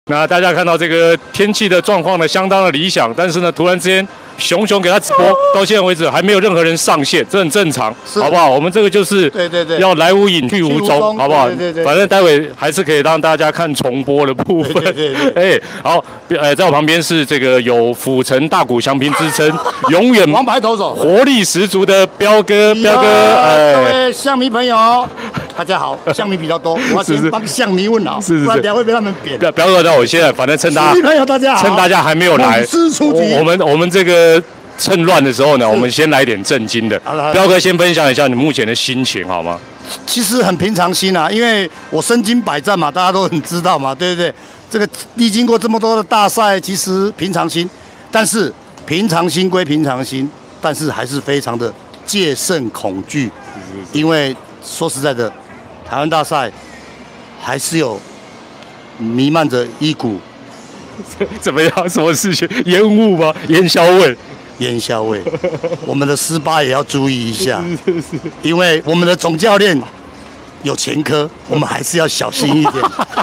那大家看到这个天气的状况呢，相当的理想，但是呢，突然之间熊熊给他直播，到现在为止还没有任何人上线，这很正常，好不好？我们这个就是要来无影去无踪，好不好？反正待会还是可以让大家看重播的部分。哎，好，在我旁边是这个有府城大谷翔平之称，永远王牌投手， 活力十足的彪哥， 各位象迷朋友，大家好，象迷比较多，我要先帮象迷问好，不然等下会被他们扁。 彪哥，那我现在反正趁大家还没有来，我们这个。趁乱的时候呢，我们先来点正经的。彪哥先分享一下你目前的心情好吗？ 其实很平常心啊，因为我身经百战嘛，大家都很知道嘛，对不对？这个历经过这么多的大赛，其实平常心，但是平常心归平常心，但是还是非常的戒慎恐惧，因为说实在的，台湾大赛还是有弥漫着一股怎么样？什么事情？烟雾吗？烟硝味？ 烟硝味，我们的18也要注意一下，因为我们的总教练有前科，我们还是要小心一点。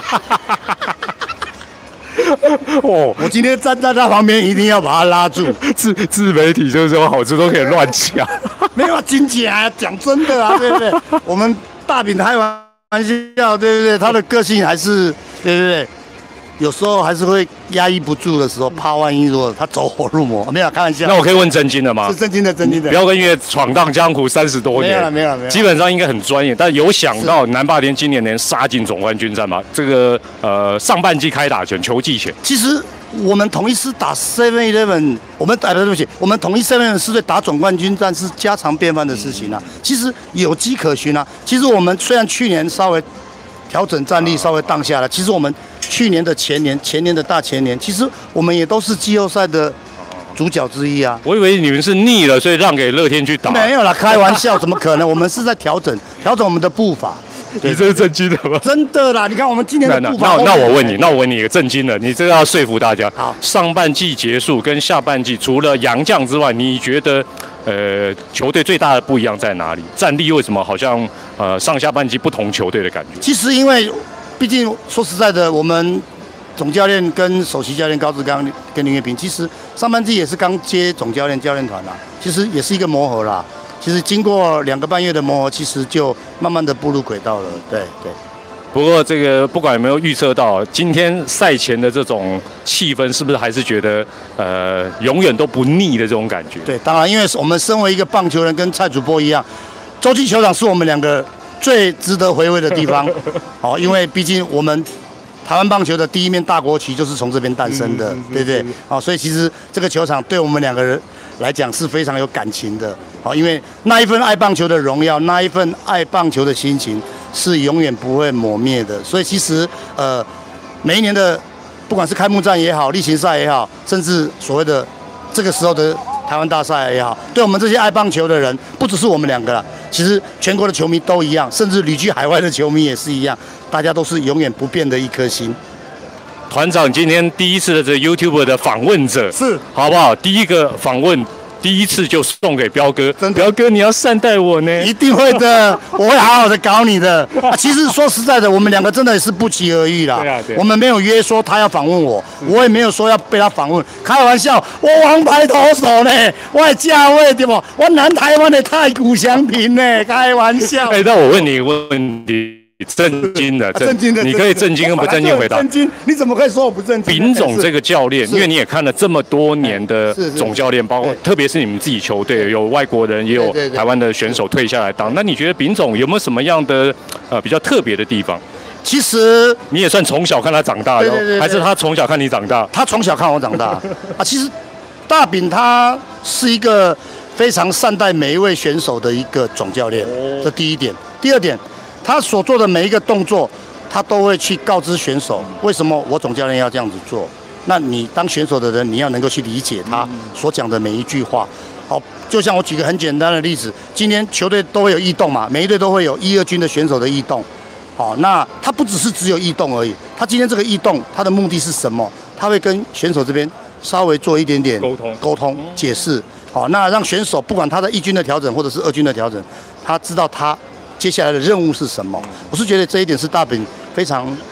我今天站在他旁边，一定要把他拉住。 自媒体就是说好处都可以乱讲， 没有金姐啊，讲真的啊，对不对？我们大饼开玩笑，对不对？他的个性还是对不对？有时候还是会压抑不住的时候，怕万一如果他走火入魔，没有开玩笑。 那我可以问正经的吗？ 是正经的，正经的。 彪哥因为闯荡江湖30多年， 没有， 基本上应该很专业。但有想到南霸天今年能杀进总冠军战吗？这个上半季开打前球季前， 其实我们统一师打 7-11， 对不起，我们统一 7-11是对打总冠军战是家常便饭的事情啊。其实有迹可循啊。其实我们虽然去年稍微调整战力，稍微荡下来，其实我们去年的前年的大前年，其实我们也都是季后赛的主角之一啊。 我以为你们是腻了，所以让给乐天去打。 没有啦，开玩笑，怎么可能？我们是在调整我们的步伐。 你这是正经的吗？ 真的啦，你看我们今年的步伐。 那我问你一个正经的，你这个要说服大家。好，上半季结束跟下半季，除了洋将之外，你觉得球队最大的不一样在哪里？战力为什么好像上下半季不同球队的感觉？ 其实因为毕竟说实在的，我们总教练跟首席教练高志刚跟林月平，其实上半季也是刚接总教练团啦，其实也是一个磨合啦。其实经过2个半月的磨合，其实就慢慢的步入轨道了。对。 不过这个不管有没有预测到，今天赛前的这种气氛，是不是还是觉得永远都不腻的这种感觉？ 对，当然，因为我们身为一个棒球人，跟蔡主播一样，洲际球场是我们2个最值得回味的地方。好，因为毕竟我们台湾棒球的第一面大国旗就是从这边诞生的，对不对？好，所以其实这个球场对我们2个人来讲是非常有感情的。好，因为那一份爱棒球的荣耀，那一份爱棒球的心情是永远不会磨灭的。所以其实每一年的不管是开幕战也好，例行赛也好，甚至所谓的这个时候的台湾大赛也好，对我们这些爱棒球的人，不只是我们2个啦，其实全国的球迷都一样，甚至旅居海外的球迷也是一样，大家都是永远不变的一颗心。 团长今天第一次的这 YouTube 的访问者是好不好？第一个访问。第一次就送给彪哥，彪哥你要善待我呢， 一定会的，我会好好的搞你的。其实说实在的，我们2个真的也是不期而遇啦。对，我们没有约说他要访问我，我也没有说要被他访问，开玩笑，我王牌投手呢，我的价位对不？我南台湾的太古翔平呢，开玩笑。 那我问你一个问题。正经的，你可以正经跟不正经回答。 正经，你怎么可以说我不正经？ 丙总这个教练，因为你也看了这么多年的总教练，包括特别是你们自己球队有外国人，也有台湾的选手退下来当。那你觉得丙总有没有什么样的比较特别的地方？ 其实你也算从小看他长大的，还是他从小看你长大？ 他从小看我长大啊。其实大丙他是一个非常善待每一位选手的一个总教练，这第一点。第二点。他所做的每一个动作，他都会去告知选手为什么我总教练要这样子做。那你当选手的人，你要能够去理解他所讲的每一句话。好，就像我举个很简单的例子，今天球队都会有异动嘛，每一队都会有1、2军的选手的异动。好，那他不只有异动而已，他今天这个异动，他的目的是什么？他会跟选手这边稍微做一点点沟通解释。好，那让选手不管他的1军的调整或者是2军的调整，他知道他接下来的任务是什么？我是觉得这一点是大饼非常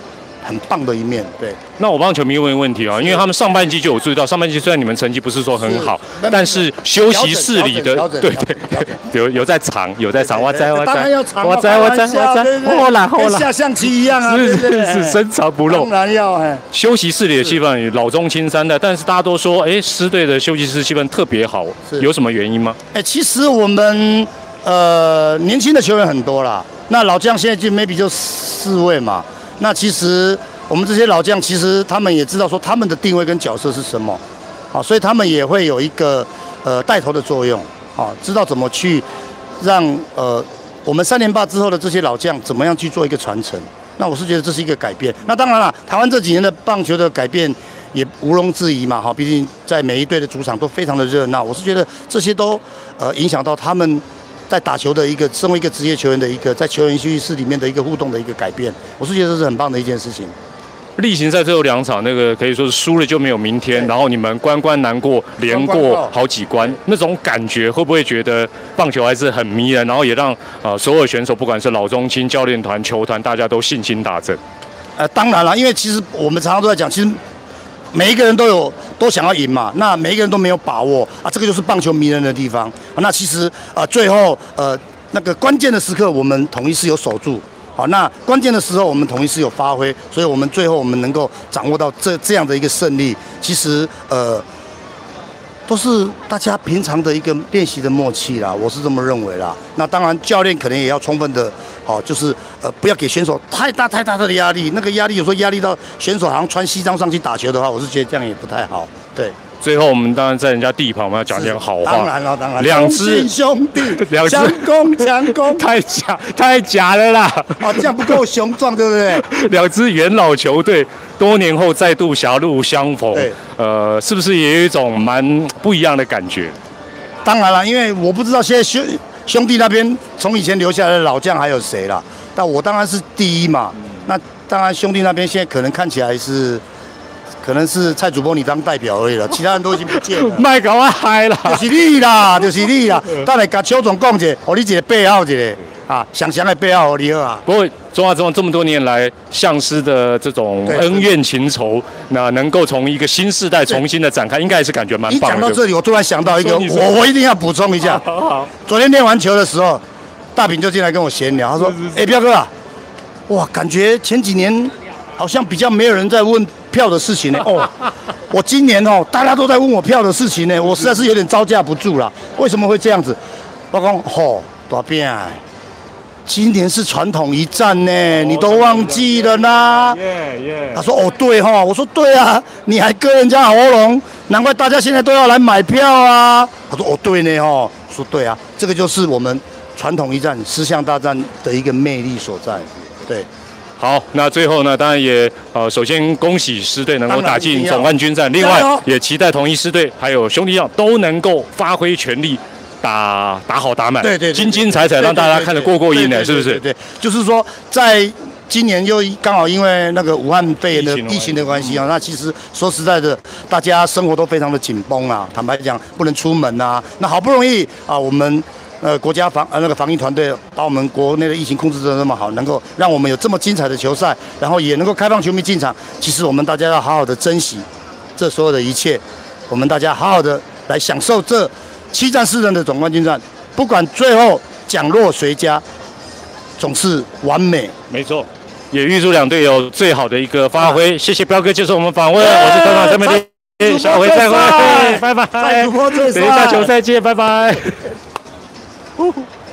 很棒的一面。对， 那我帮球迷问一个问题啊，因为他们上半季就有注意到，上半季虽然你们成绩不是说很好，但是休息室里的对有在藏，我在， 当然要藏， 我在，后来跟下象棋一样啊， 是深藏不露， 当然要。 休息室里的气氛老中青三代，但是大家都说，狮队的休息室气氛特别好，有什么原因吗？ 其实我们年轻的球员很多啦，那老将现在就 maybe 就4位嘛，那其实我们这些老将其实他们也知道说他们的定位跟角色是什么，好，所以他们也会有一个带头的作用，好，知道怎么去让我们3连霸之后的这些老将怎么样去做一个传承。那我是觉得这是一个改变。那当然了，台湾这几年的棒球的改变也毋庸置疑嘛，哈，毕竟在每一队的主场都非常的热闹。我是觉得这些都影响到他们在打球的一个身为一个职业球员的一个在球员休息室里面的一个互动的一个改变。我是觉得这是很棒的一件事情。 例行赛最后2场，那个可以说是输了就没有明天，然后你们关关难过，连过好几关，那种感觉会不会觉得棒球还是很迷人？然后也让所有选手，不管是老中青、教练团、球团，大家都信心大振。 当然了，因为其实我们常常都在讲，其实每一个人都想要赢嘛，那每一个人都没有把握啊，这个就是棒球迷人的地方。那其实最后那个关键的时刻，我们统一是有守住。好，那关键的时候我们统一是有发挥，所以我们最后我们能够掌握到这样的一个胜利，其实都是大家平常的一个练习的默契啦，我是这么认为啦。那当然教练可能也要充分的，就是不要给选手太大的压力，那个压力有时候压力到选手好像穿西装上去打球的话，我是觉得这样也不太好，对。 最后，我们当然在人家地盘，我们要讲点好话。 当然了， 两支兄弟，强攻， 太假了啦！ 这样不够雄壮，对不对 ？2支元老球队多年后再度狭路相逢，是不是也有一种蛮不一样的感觉？ 当然了，因为我不知道现在兄弟那边从以前留下来的老将还有谁啦，但我当然是第一嘛。那当然兄弟那边现在可能看起来可能是蔡主播你当代表而已了，其他人都已经不见了。 卖搞我嗨啦， 就是你啦。等下甲邱总讲一下，给你一个背后一个详详的背后给你好啊。 不过中华职棒这么多年来相师的这种恩怨情仇，那能够从一个新世代重新的展开，应该也是感觉蛮棒的。 你讲到这里，我突然想到一个，我一定要补充一下。好。昨天练完球的时候，大饼就进来跟我闲聊，他说：“彪哥啊，哇，感觉前几年好像比较没有人在问票的事情呢。我今年大家都在问我票的事情呢，我实在是有点招架不住了。为什么会这样子？我讲大饼，今年是传统一战呢，你都忘记了呢。他说对哈，我说对啊，你还割人家喉咙，难怪大家现在都要来买票啊。他说对呢说对啊，这个就是我们传统一战、狮象大战的一个魅力所在，对。 好，那最后呢，当然也首先恭喜狮队能够打进总冠军战，另外也期待统一狮队还有兄弟象都能够发挥全力，打好打满， 对， 精精彩彩，让大家看得过瘾的，是不是？ 对，就是说在今年又刚好因为那个武汉肺炎的疫情的关系那其实说实在的，大家生活都非常的紧绷啊，坦白讲不能出门啊，那好不容易我们。国家防疫团队把我们国内的疫情控制得那么好，能够让我们有这么精彩的球赛，然后也能够开放球迷进场。其实我们大家要好好的珍惜这所有的一切，我们大家好好的来享受这7战4胜的总冠军战。不管最后奖落谁家，总是完美。 没错，也预祝2队有最好的一个发挥。谢谢彪哥接受我们访问，我是团长陈美丽，下回再会，拜拜。 主播最帅， 等一下球赛见，拜拜。